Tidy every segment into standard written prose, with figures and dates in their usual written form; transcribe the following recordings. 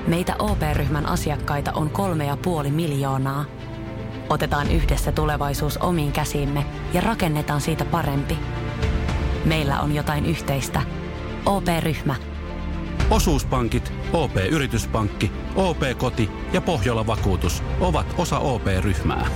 Meitä OP-ryhmän asiakkaita on 3,5 miljoonaa. Otetaan yhdessä tulevaisuus omiin käsiimme ja rakennetaan siitä parempi. Meillä on jotain yhteistä. OP-ryhmä. Osuuspankit, OP-yrityspankki, OP-koti ja Pohjola-vakuutus ovat osa OP-ryhmää.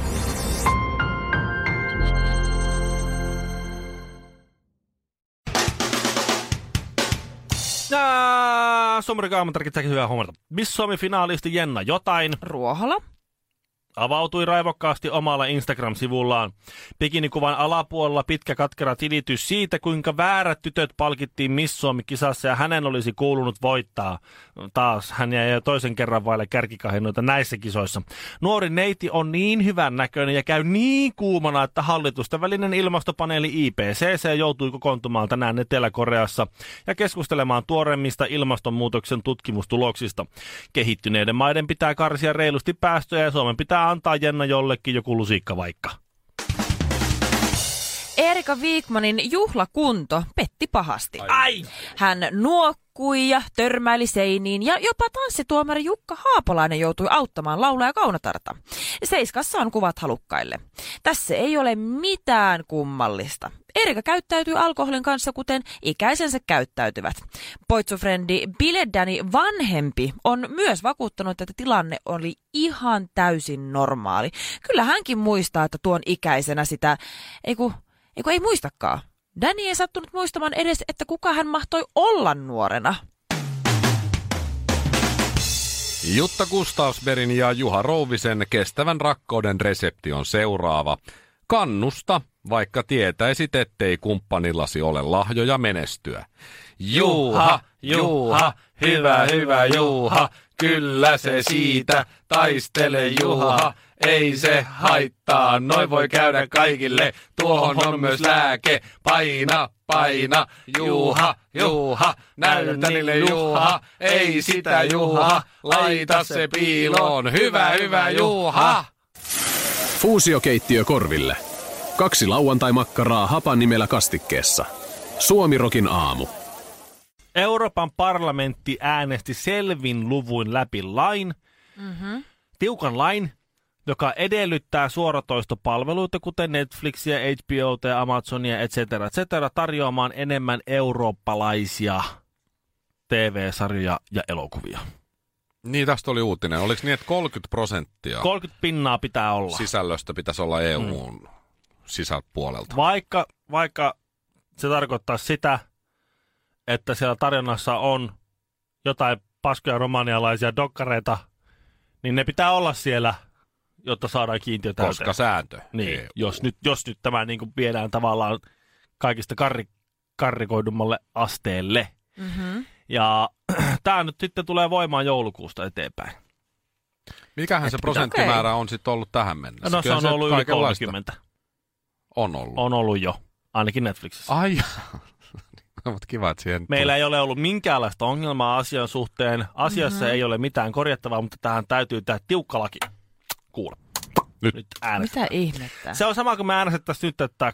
Suomarikan aamuntarkit, hyvää huomenta. Miss Suomi-finaalisti Jenna Jotain Ruohola avautui raivokkaasti omalla Instagram-sivullaan. Bikinikuvan alapuolella pitkä katkera tilitys siitä, kuinka väärät tytöt palkittiin Miss Suomi-kisassa ja hänen olisi kuulunut voittaa. Taas hän jäi toisen kerran vaille kärkikahinoita näissä kisoissa. Nuori neiti on niin hyvän näköinen ja käy niin kuumana, että hallitusten välinen ilmastopaneeli IPCC joutui kokoontumaan tänään Etelä-Koreassa ja keskustelemaan tuoreimmista ilmastonmuutoksen tutkimustuloksista. Kehittyneiden maiden pitää karsia reilusti päästöjä ja Suomen pitää antaa Jenna jollekin joku lusikka vaikka. Erika Wikmanin juhlakunto petti pahasti. Ai! Hän nuokkui ja törmäili seiniin ja jopa tanssituomari Jukka Haapolainen joutui auttamaan laulaja Kaunotarta. Seiskassa on kuvat halukkaille. Tässä ei ole mitään kummallista. Erika käyttäytyy alkoholin kanssa, kuten ikäisensä käyttäytyvät. Poitsufrendi Biledani vanhempi on myös vakuuttanut, että tilanne oli ihan täysin normaali. Kyllä hänkin muistaa, että tuon ikäisenä sitä, ei muistakaan. Danny ei sattunut muistamaan edes, että kuka hän mahtoi olla nuorena. Jutta Gustafsbergin ja Juha Rouvisen kestävän rakkauden resepti on seuraava. Kannusta, vaikka tietäisit, ettei kumppanillasi ole lahjoja menestyä. Juha, Juha, hyvä Juha, kyllä se siitä, taistele Juha, ei se haittaa, noin voi käydä kaikille, tuohon on myös lääke, paina, Juha, näytä niille Juha, ei sitä Juha, laita se piiloon, hyvä Juha. Fuusiokeittiö korville. 2 lauantai-makkaraa hapan nimellä kastikkeessa. Suomirokin aamu. Euroopan parlamentti äänesti selvin luvuin läpi lain, tiukan lain, joka edellyttää suoratoistopalveluita, kuten Netflixiä, HBOta ja Amazonia, etc., tarjoamaan enemmän eurooppalaisia TV-sarjoja ja elokuvia. Niin, tästä oli uutinen. Oliko niin, että 30% pitää olla. Sisällöstä pitäisi olla EU:n sisäpuolelta? Vaikka se tarkoittaa sitä, että siellä tarjonnassa on jotain paskoja romanialaisia dokkareita, niin ne pitää olla siellä, jotta saadaan kiintiö täyteen. Koska sääntö. Niin, jos nyt tämä niin kuin viedään tavallaan kaikista karrikoidummalle asteelle. Mm-hmm. Ja tämä nyt sitten tulee voimaan joulukuusta eteenpäin. Mikähän se prosenttimäärä on sitten ollut tähän mennessä? No se on ollut yli 30. On ollut? On ollut jo, ainakin Netflixissä. Ai mutta kiva, että siihen meillä ei ole ollut minkäänlaista ongelmaa asian suhteen. Asiassa ei ole mitään korjattavaa, mutta tähän täytyy tehdä tiukka laki. Kuule. Nyt äänestetään. Mitä ihmettä? Se on sama kuin me äänestettäisiin nyt, että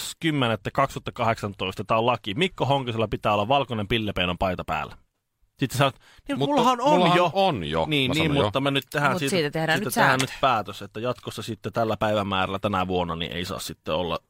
30.2018 tämä on laki. Mikko Honkisella pitää olla valkoinen pillepeinon paita päällä. Sitten sä oot, niin mullahan on jo. Niin, mutta me nyt tehdään siitä tehdään nyt päätös, että jatkossa sitten tällä päivämäärällä tänä vuonna niin ei saa sitten olla.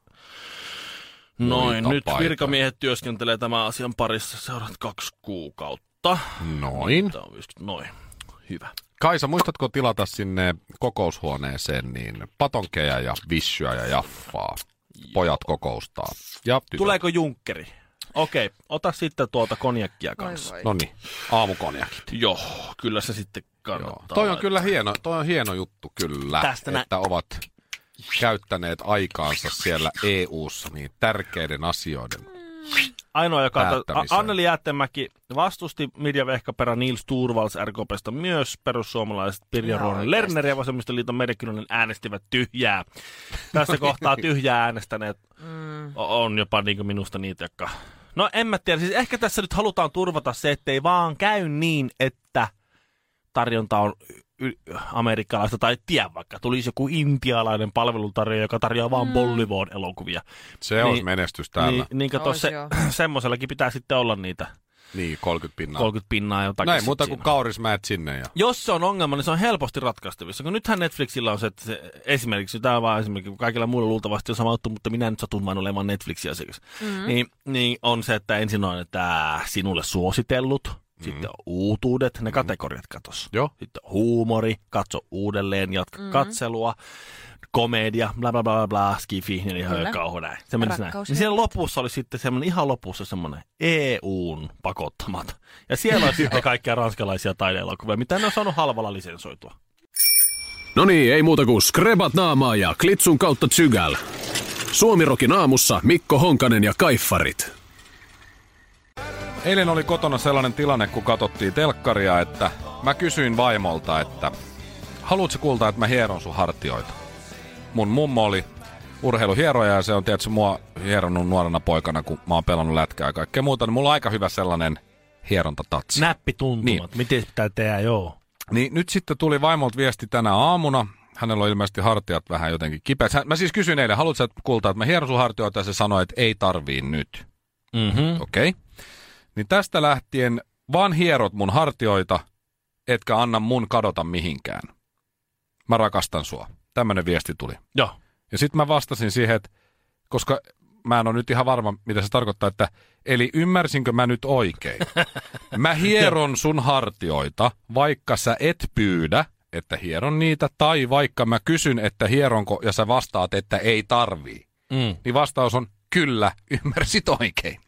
Noin, nyt virkamiehet työskentelee tämän asian parissa seuraavat 2 kuukautta. Noin. Noin, hyvä. Kaisa, muistatko tilata sinne kokoushuoneeseen niin patonkeja ja vissyä ja jaffaa? Pojat kokoustaa. Ja tuleeko junkkeri? Okei, ota sitten tuota konjakkia kanssa. Noniin, aamukonjakit. Joo, kyllä se sitten kannattaa. Joo. Toi on kyllä hieno juttu kyllä, tästä että ovat käyttäneet aikaansa siellä EU:ssa niin tärkeiden asioiden ainoa, joka Anneli Jäätteenmäki vastusti mediavehkaperä Niels Torvalds RKP:stä myös, perussuomalaiset Pirjo Ruohonen Lerner ja Vasemmistoliiton Merja Kyllönen äänestivät tyhjää. Tässä kohtaa tyhjää äänestäneet on jopa niin kuin minusta niitä, jotka... No en mä tiedä, siis ehkä tässä nyt halutaan turvata se, ettei vaan käy niin, että tarjonta on amerikkalaista tai tiedä vaikka. Tulisi joku intialainen palveluntarjoaja, joka tarjoaa vaan Bollywood-elokuvia. Se olisi menestys täällä. Niin kato, semmoisellakin pitää sitten olla niitä Niin, 30 pinnaa jotakin. Näin, muuta kuin kaurismäet sinne. Ja... Jos se on ongelma, niin se on helposti ratkaistavissa. Kun nythän Netflixillä on se, että esimerkiksi, tämä on vaan esimerkiksi, kun kaikilla muilla luultavasti on sama juttu, mutta minä nyt satun vain olemaan Netflixin asiakas. Niin on se, että ensin on, että sinulle suositellut, sitten on uutuudet, ne kategoriat katos. Joo. Sitten on huumori, katso uudelleen, jatka katselua. Komedia, bla bla bla bla, skifi, niin ihan kauho näin. Se menisi näin. Niin siellä lopussa oli sitten semmoinen, ihan lopussa semmoinen EUn pakottamat. Ja siellä on sitten kaikkia ranskalaisia taideelokuvia, mitä ne on saanut halvalla lisensoitua. No niin, ei muuta kuin skrebat naamaa ja klitsun kautta tsygäl. Suomirokin aamussa Mikko Honkanen ja Kaiffarit. Eilen oli kotona sellainen tilanne, kun katsottiin telkkaria, että mä kysyin vaimolta, että haluatko kultaa, että mä hieron sun hartioita? Mun mummo oli urheiluhieroja ja se on tietysti mua hieronnut nuorena poikana, kun mä oon pelannut lätkää ja kaikkea muuta. Niin mulla on aika hyvä sellainen hierontatatsi. Näppituntumat, niin. Miten pitää tehdä, joo. Niin nyt sitten tuli vaimolta viesti tänä aamuna. Hänellä on ilmeisesti hartiat vähän jotenkin kipeät. Mä siis kysyin eilen, haluatko sä kultaa, että mä hieron sun hartioita ja se sanoi, että ei tarvii nyt. Okei. Niin tästä lähtien vaan hierot mun hartioita, etkä anna mun kadota mihinkään. Mä rakastan sua. Tämmönen viesti tuli. Joo. Ja sitten mä vastasin siihen, että koska mä en ole nyt ihan varma, mitä se tarkoittaa, että eli ymmärsinkö mä nyt oikein? Mä hieron sun hartioita, vaikka sä et pyydä, että hieron niitä, tai vaikka mä kysyn, että hieronko, ja sä vastaat, että ei tarvii. Niin vastaus on kyllä, ymmärsit oikein.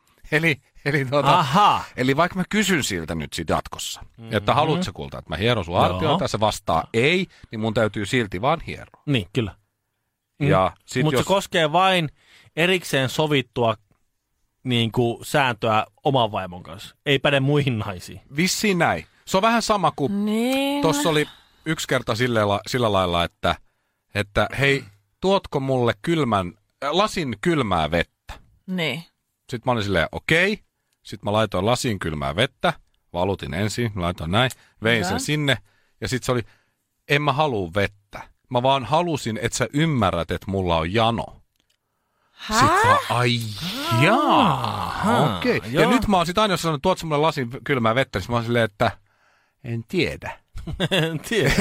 Eli vaikka mä kysyn siltä nyt sit jatkossa, että haluatko sä kulta, että mä hieron sun hartioita, ja se vastaa ei, niin mun täytyy silti vaan hieroa. Niin, kyllä. Mutta se koskee vain erikseen sovittua niin kuin sääntöä oman vaimon kanssa. Ei päde muihin naisiin. Vissiin näin. Se on vähän sama kuin tuossa oli yksi kerta sillä lailla, että hei, tuotko mulle lasin kylmää vettä? Niin. Sitten mä olin silleen, okei. Sitten mä laitoin lasiin kylmää vettä, valutin ensin, laitoin näin, vein sen sinne. Ja sitten se oli, en mä halua vettä. Mä vaan halusin, että sä ymmärrät, että mulla on jano. Sitten okei. Ja nyt mä oon sit aina sanonut, tuot sä mulle lasin kylmää vettä, niin mä oon silleen, että en tiedä. En tiedä.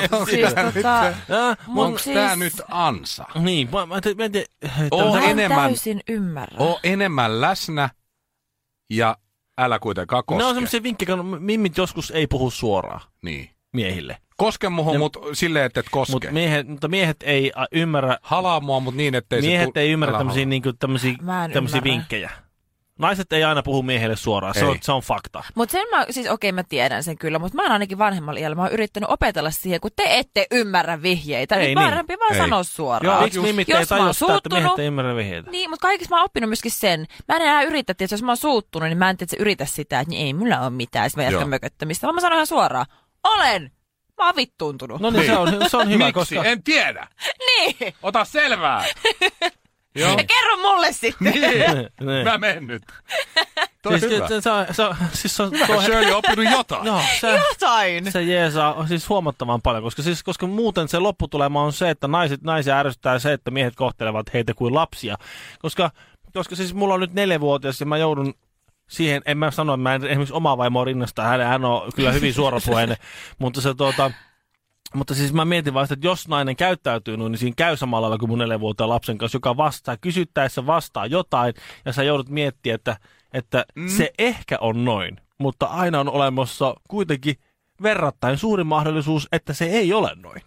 Onko tää nyt ansa? Niin, mä täysin ymmärrän. Oo enemmän läsnä ja älä kuitenkaan koske. Ne on semmoisia vinkkejä, kun mimmit joskus ei puhu suoraan miehille. Koske muhun, mutta silleen, että et koske. Mutta miehet ei ymmärrä. Halaa mua, mutta niin, ettei miehet ei ymmärrä tämmöisiä vinkkejä. Naiset ei aina puhu miehelle suoraan, se on fakta. Mutta sen mä tiedän sen kyllä, mutta mä oon ainakin vanhemmalla iällä, mä oon yrittänyt opetella siihen, kun te ette ymmärrä vihjeitä, niin parempi vaan sanoa suoraan. Miksi mimmit ei tajua sitä, että miehet ei ymmärrä vihjeitä? Niin, mutta kaikissa mä oon oppinut myöskin sen. Mä en enää yritä, että jos mä oon suuttunut, niin mä en yritä sitä, että ei mulla ole mitään, sitten mä jatkan mököttämistä, vaan mä sanon ihan suoraan, olen! Mä oon vittuuntunut. No niin, se on hyvä, miksi? Koska... En tiedä. Niin. Ota selvää. Joo. Ja kerro mulle sitten. Niin. Mä menen nyt. Toi siis, hyvä. Se on hyvä, Shirley on oppinut jotain. Joo, jotain. Se jeesaa siis huomattavan paljon, koska muuten se lopputulema on se, että naisia ärsyttää se, että miehet kohtelevat heitä kuin lapsia. Koska siis mulla on nyt 4-vuotias ja mä joudun siihen, en mä sano, että mä en esimerkiksi omaa vaimoa rinnasta, hän on kyllä hyvin suorapuheinen, mutta siis mä mietin vasta, että jos nainen käyttäytyy noin, niin siinä käy samalla lailla kuin mun 4-vuotiaan lapsen kanssa, joka vastaa, kysyttäessä vastaa jotain, ja sä joudut miettimään, että se ehkä on noin, mutta aina on olemassa kuitenkin verrattain suuri mahdollisuus, että se ei ole noin.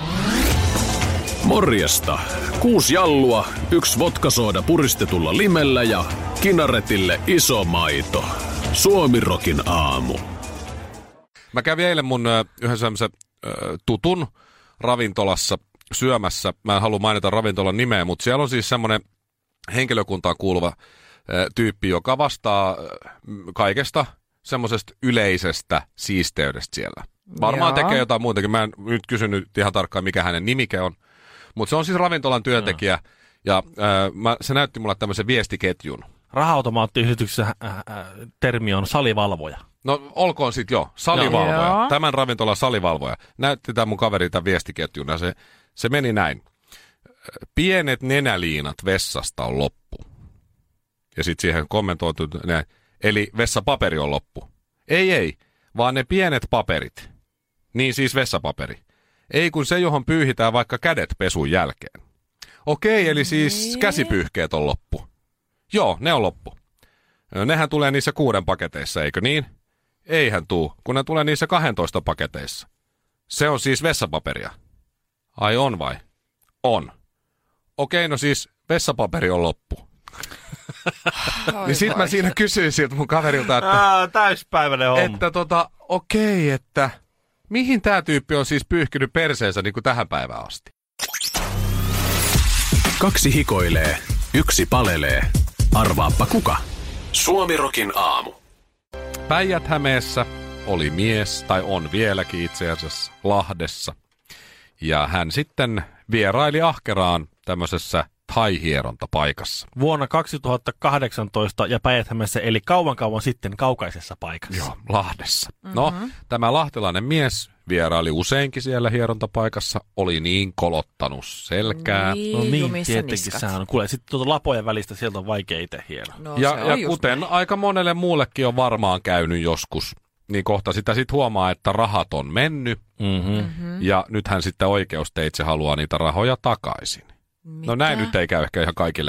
Morjesta. 6 jallua, 1 vodkasooda puristetulla limellä ja kinaretille iso maito. Suomirokin aamu. Mä kävin eilen mun yhden sellaisen tutun ravintolassa syömässä. Mä en halua mainita ravintolan nimeä, mutta siellä on siis semmoinen henkilökuntaan kuuluva tyyppi, joka vastaa kaikesta semmoisesta yleisestä siisteydestä siellä. Varmaan tekee jotain muutakin. Mä en nyt kysynyt ihan tarkkaan, mikä hänen nimike on. Mutta se on siis ravintolan työntekijä ja se näytti mulle tämmöisen viestiketjun. Raha-automaattiyhdistyksessä termi on salivalvoja. No olkoon sit salivalvoja. Tämän ravintolan salivalvoja. Näytti tämä mun kaveri tämän viestiketjun ja se meni näin. Pienet nenäliinat vessasta on loppu. Ja sitten siihen kommentoitu näin. Eli vessapaperi on loppu. Ei, vaan ne pienet paperit. Niin siis vessapaperi. Ei kun se, johon pyyhitään vaikka kädet pesun jälkeen. Okei, eli siis käsipyyhkeet on loppu. Joo, ne on loppu. Nehän tulee niissä 6 paketeissa, eikö niin? Eihän tuu, kun ne tulee niissä 12 paketeissa. Se on siis vessapaperia. Ai on vai? On. Okei, no siis vessapaperi on loppu. Niin sit mä siinä kysyin siltä mun kaverilta, että... täyspäiväinen homma. Että okei, että mihin tää tyyppi on siis pyyhkinyt perseensä niin kuin tähän päivään asti? 2 hikoilee, 1 palelee. Arvaappa kuka? Suomirokin aamu. Päijät-Hämeessä oli mies, tai on vieläkin itse asiassa, Lahdessa. Ja hän sitten vieraili ahkeraan tämmöisessä thai-hierontapaikassa. Vuonna 2018 ja Päijät-Hämeessä, eli kauan sitten kaukaisessa paikassa. Joo, Lahdessa. No, tämä lahtelainen mies vieraili useinkin siellä hierontapaikassa, oli niin kolottanut selkää. No niin, tietenkin sehän on. Kuule, sitten tuota lapojen välistä sieltä on vaikea itse hieroa. No, ja kuten näin. Aika monelle muullekin on varmaan käynyt joskus, niin kohta sitä sitten huomaa, että rahat on mennyt. Ja nythän sitten oikeusteitse haluaa niitä rahoja takaisin. Mitä? No näin nyt ei käy ehkä ihan kaikille.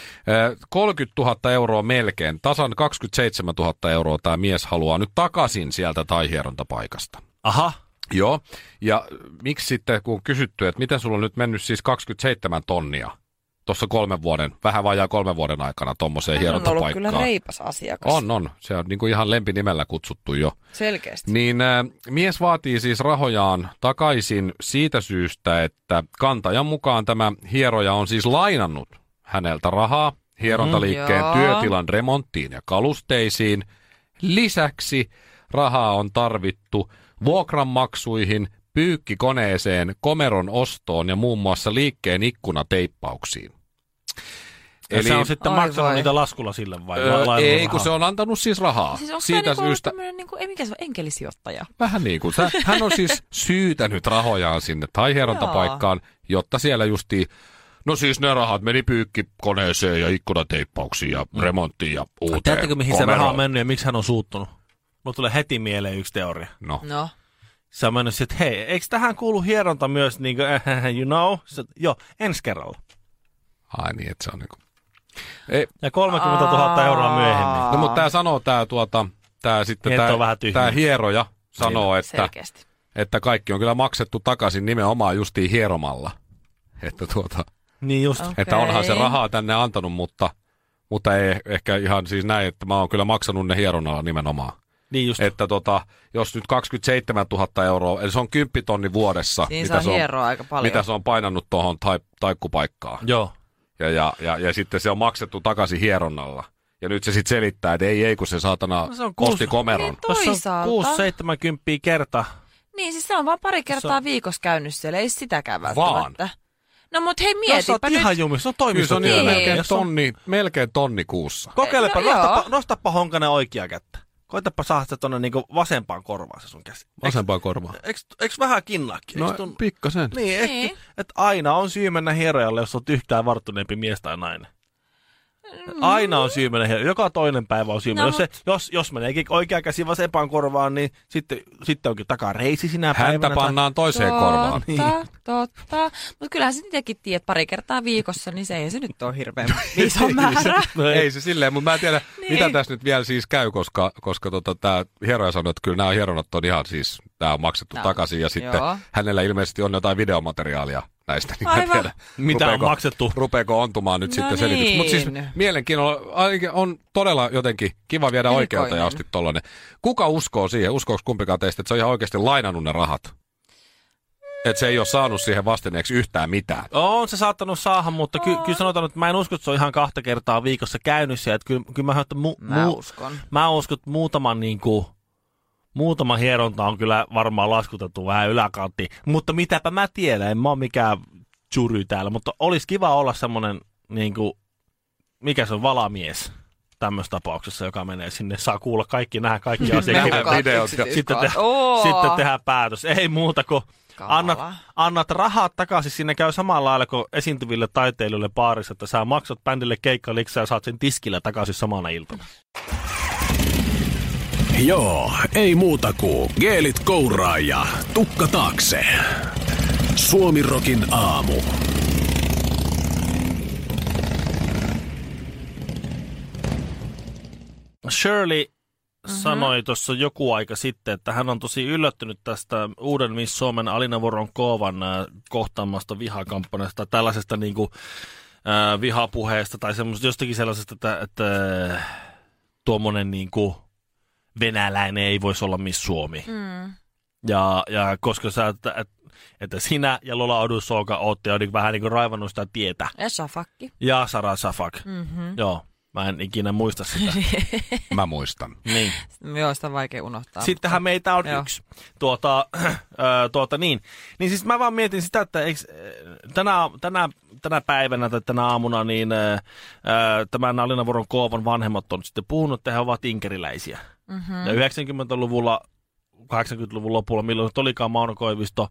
30 000 euroa melkein, tasan 27 000 euroa tämä mies haluaa nyt takaisin sieltä thai-hierontapaikasta. Aha. Joo, ja miksi sitten, kun on kysytty, että miten sulla on nyt mennyt siis 27 tonnia tuossa vähän vajaa 3 vuoden aikana tuommoiseen hierontapaikkaan. On ollut kyllä reipas asiakas. On. Se on niin kuin ihan lempinimellä kutsuttu jo. Selkeästi. Niin mies vaatii siis rahojaan takaisin siitä syystä, että kantajan mukaan tämä hieroja on siis lainannut häneltä rahaa hierontaliikkeen työtilan remonttiin ja kalusteisiin. Lisäksi rahaa on tarvittu vuokranmaksuihin, pyykkikoneeseen, komeron ostoon ja muun muassa liikkeen ikkunateippauksiin. Eli se on sitten maksanut niitä laskulla sille vai? Ei, kun se on antanut siis rahaa. Siis onko siitä syystä tämmöinen, mikä se on, enkelisijoittaja? Vähän niin kuin. Hän on siis syytänyt rahojaan sinne thai-hierontapaikkaan, jotta siellä justiin, no siis ne rahat meni pyykkikoneeseen ja ikkunateippauksiin ja remonttiin ja uuteen. Tiedättekö, mihin se raha on mennyt ja miksi hän on suuttunut? Mulla tulee heti mieleen yksi teoria. No. Se on mennyt että hei, eikö tähän kuulu hieronta myös, niin kuin, you know? Joo, ensi kerralla. Ai niin, että se on niin kuin... Ja 30 000 euroa myöhemmin. No mutta tää sanoo tää hieroja sanoo, että kaikki on kyllä maksettu takaisin nimenomaan justiin hieromalla. Että niin just. Että onhan se rahaa tänne antanut, mutta ei ehkä ihan siis näin, että mä oon kyllä maksanut ne hieronnalla nimenomaan. Niin just. Että jos nyt 27 000 euroa, eli se on 10 000 vuodessa, mitä se on painanut tuohon taikkupaikkaan. Joo. Ja sitten se on maksettu takaisin hieronnalla. Ja nyt se sitten selittää, että ei kun se saatana osti komeron. Niin toisaalta. 6-70 kerta. Niin, siis se on vaan pari kertaa viikossa käynyt siellä, ei sitäkään välttämättä. No mut hei, mietipä nyt. Ihan jumissa, on toimisto. Kyllä se on melkein tonni kuussa. Kokeilepa, nostapa Honkanen oikea kättä. Koitapa saada se tuonne niinku vasempaan korvaan se sun käsi. Vasempaan korvaan? Eikö vähän kinnaakin? No pikkasen. Niin, että aina on syy mennä hierojalle, jos olet yhtään varttuneempi mies tai nainen. Aina on syy mennä hierojalle. Joka toinen päivä on syy mennä. Jos meneekin oikea käsi vasempaan korvaan, niin sitten onkin takareisi sinä päivänä. Häntä pannaan toiseen korvaan. Totta. Mutta kyllähän se itsekin tiedät, pari kertaa viikossa, niin se ei se nyt ole hirveän iso määrä. Ei se silleen, mutta mä en tiedä, mitä tässä nyt vielä siis käy, koska tämä hieroja sanoi, että kyllä nämä hieronnat on ihan siis, tämä on maksettu takaisin ja sitten hänellä ilmeisesti on jotain videomateriaalia näistä, niin mä en tiedä, mitä on maksettu. Rupeeko ontumaan nyt sitten selitys. Mutta siis mielenkiinnolla on todella jotenkin kiva viedä oikeuteen asti tollainen. Kuka uskoo siihen? Uskooko kumpikaan teistä, että se on ihan oikeasti lainannut ne rahat? Että se ei ole saanut siihen vastineeksi yhtään mitään. On se saattanut saada, mutta kyllä sanotaan, että mä en usko, että se on ihan 2 kertaa viikossa käynyt siellä. Kyllä mä uskon. Mä uskon, että muutama hieronta on kyllä varmaan laskutettu vähän yläkanttiin. Mutta mitäpä mä tiedän, en mä ole mikään jury täällä. Mutta olisi kiva olla semmoinen, mikä se on, valamies tämmöisessä tapauksessa, joka menee sinne. Saa kuulla kaikki, nähdä kaikki asiakirjat. Videot ja sitten tehdään päätös. Ei muuta kuin annat rahat takaisin. Siinä käy samalla lailla kuin esiintyville taiteilijoille baarissa, että sä maksat bändille keikkaliksaa ja saat sen tiskillä takaisin samana iltana. Joo, ei muuta kuin geelit kouraa ja tukka taakse. Suomirokin aamu. Shirley sanoi tuossa joku aika sitten, että hän on tosi yllättynyt tästä uuden Miss Suomen Alina Voronkoovan kohtaamasta vihakampanjasta, tällaisesta niinku, vihapuheesta tai jostakin sellaisesta, että tuommoinen niinku venäläinen ei voisi olla Miss Suomi. Ja koska sä, että sinä ja Lola Odussoka ootte jo vähän niin kuin raivannut sitä tietä. Ja Shafakki. Ja Sara Shafak. Joo. Mä en ikinä muista sitä. Mä muistan. Niin. Joo, sitä on vaikea unohtaa. Sittenhän meitä on yksi. Niin siis mä vaan mietin sitä, että tänä päivänä tai tänä aamuna niin tämän Alina Voronkoovan vanhemmat on sitten puhunut, että he ovat inkeriläisiä. Ja 90-luvulla, 80-luvun lopulla, milloin olikaan Mauno Koivisto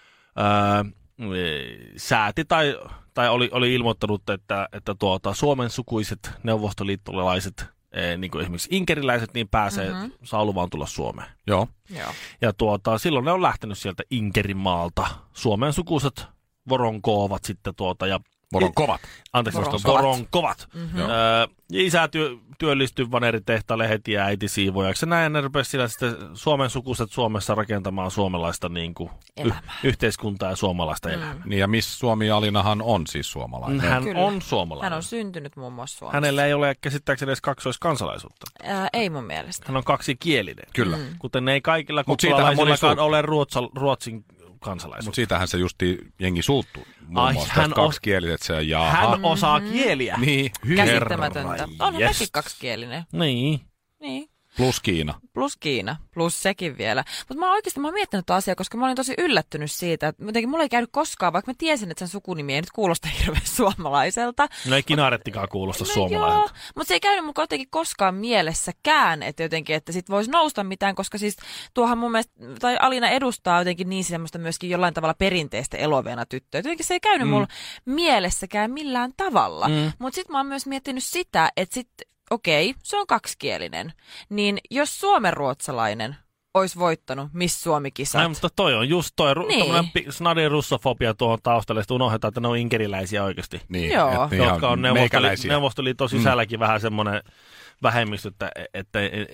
sääti tai oli ilmoittanut, että Suomen sukuiset neuvostoliittolaiset, niin kuin esimerkiksi inkeriläiset, niin saa luvan tulla Suomeen. Joo. Ja silloin ne on lähtenyt sieltä Inkerimaalta. Suomen sukuiset Voronkovat sitten ja Voronkovat. Anteeksi, Voronkovat. Isä työllistyi vaneritehtaalle heti ja äiti siivojaksi. Näin ne rupesi sillä sitten Suomen sukuiset Suomessa rakentamaan suomalaista niin kuin yhteiskuntaa ja suomalaista elämää. Niin ja Miss Suomi Alinahan on siis suomalainen. Hän on suomalainen. Hän on syntynyt muun muassa Suomessa. Hänellä ei ole käsittääkseni edes kaksoiskansalaisuutta. Ei mun mielestä. Hän on kaksikielinen. Kyllä. Kuten ei kaikilla kukkulaisillakaan ole ruotsin kansalaisuutta. Mutta siitähän se justi jengi suuttuu. Muun muassa kaksikieliset se jaha. Hän osaa kieliä. Niin. Käsittämätöntä. Onhan mäkin kaksikielinen. Niin. Plus Kiina. Plus sekin vielä. Mutta mä oon miettinyt tätä asiaa, koska mä olin tosi yllättynyt siitä, että jotenkin mulla ei käynyt koskaan, vaikka mä tiesin, että sen sukunimi ei nyt kuulosta hirveän suomalaiselta. No ei Kinarettikaan kuulosta suomalaiselta. Mutta se ei käynyt mun jotenkin koskaan mielessäkään, että jotenkin, että sit voisi nousta mitään, koska siis tuohan mun mielestä, tai Alina edustaa jotenkin niin semmoista myöskin jollain tavalla perinteistä eloveena tyttöä. Jotenkin se ei käynyt mulla mielessäkään millään tavalla. Mutta sit mä oon myös miettinyt sitä, että okei, se on kaksikielinen. Niin jos suomenruotsalainen olisi voittanut Miss Suomi-kisat. Mutta toi on just toi snadin russofobia tuohon taustalle, että unohdetaan, että ne on inkeriläisiä oikeasti. Niin, joo. Jotka on Neuvostoliiton sisälläkin vähän semmoinen vähemmistö, että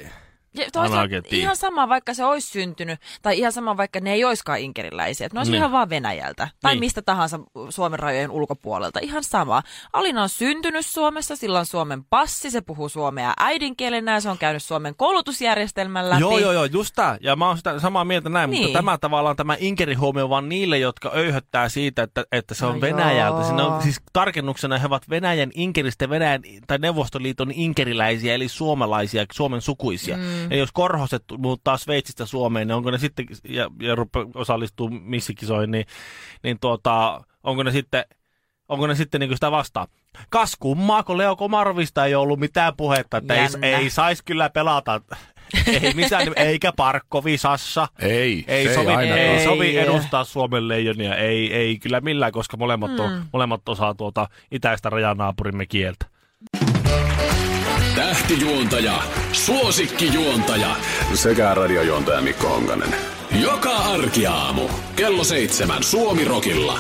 ihan sama, vaikka se olisi syntynyt, tai ihan sama, vaikka ne ei olisikaan inkeriläisiä. Ne olisi ihan vaan Venäjältä, tai mistä tahansa Suomen rajojen ulkopuolelta. Ihan sama. Alina on syntynyt Suomessa, sillä on Suomen passi, se puhuu suomea äidinkielenä, se on käynyt Suomen koulutusjärjestelmän läpi. Joo, just tämä. Ja mä oon sitä samaa mieltä näin, mutta tämä inkerihuomio vaan niille, jotka öyhöttää siitä, että se on Venäjältä. Siinä on siis tarkennuksena, he ovat Venäjän inkeristä, tai Neuvostoliiton inkeriläisiä, eli suomalaisia, Suomen sukuisia. Ja jos korhoset muuttaa Sveitsistä Suomeen, niin onko ne sitten, ja osallistuu missikisoihin, niin onko ne sitten niin kuin sitä vastaan? Kas kummaa, kun Leo Komarovista ei ollut mitään puhetta, että ei saisi kyllä pelata. Ei missään, eikä Parkkovi Sassa. Ei sovi edustaa Suomen leijonia. Ei kyllä millään, koska molemmat osaa itäistä rajanaapurimme kieltä. Tähtijuontaja, suosikkijuontaja sekä radiojuontaja Mikko Honkanen. Joka arkiaamu kello 7 Suomirokilla.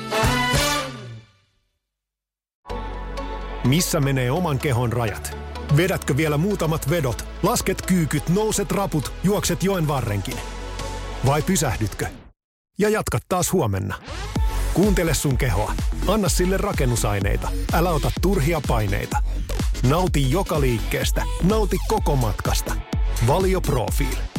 Missä menee oman kehon rajat? Vedätkö vielä muutamat vedot, lasket kyykyt, nouset raput, juokset joen varrenkin? Vai pysähdytkö? Ja jatkat taas huomenna. Kuuntele sun kehoa. Anna sille rakennusaineita. Älä ota turhia paineita. Nauti joka liikkeestä. Nauti koko matkasta. Valio Profiil.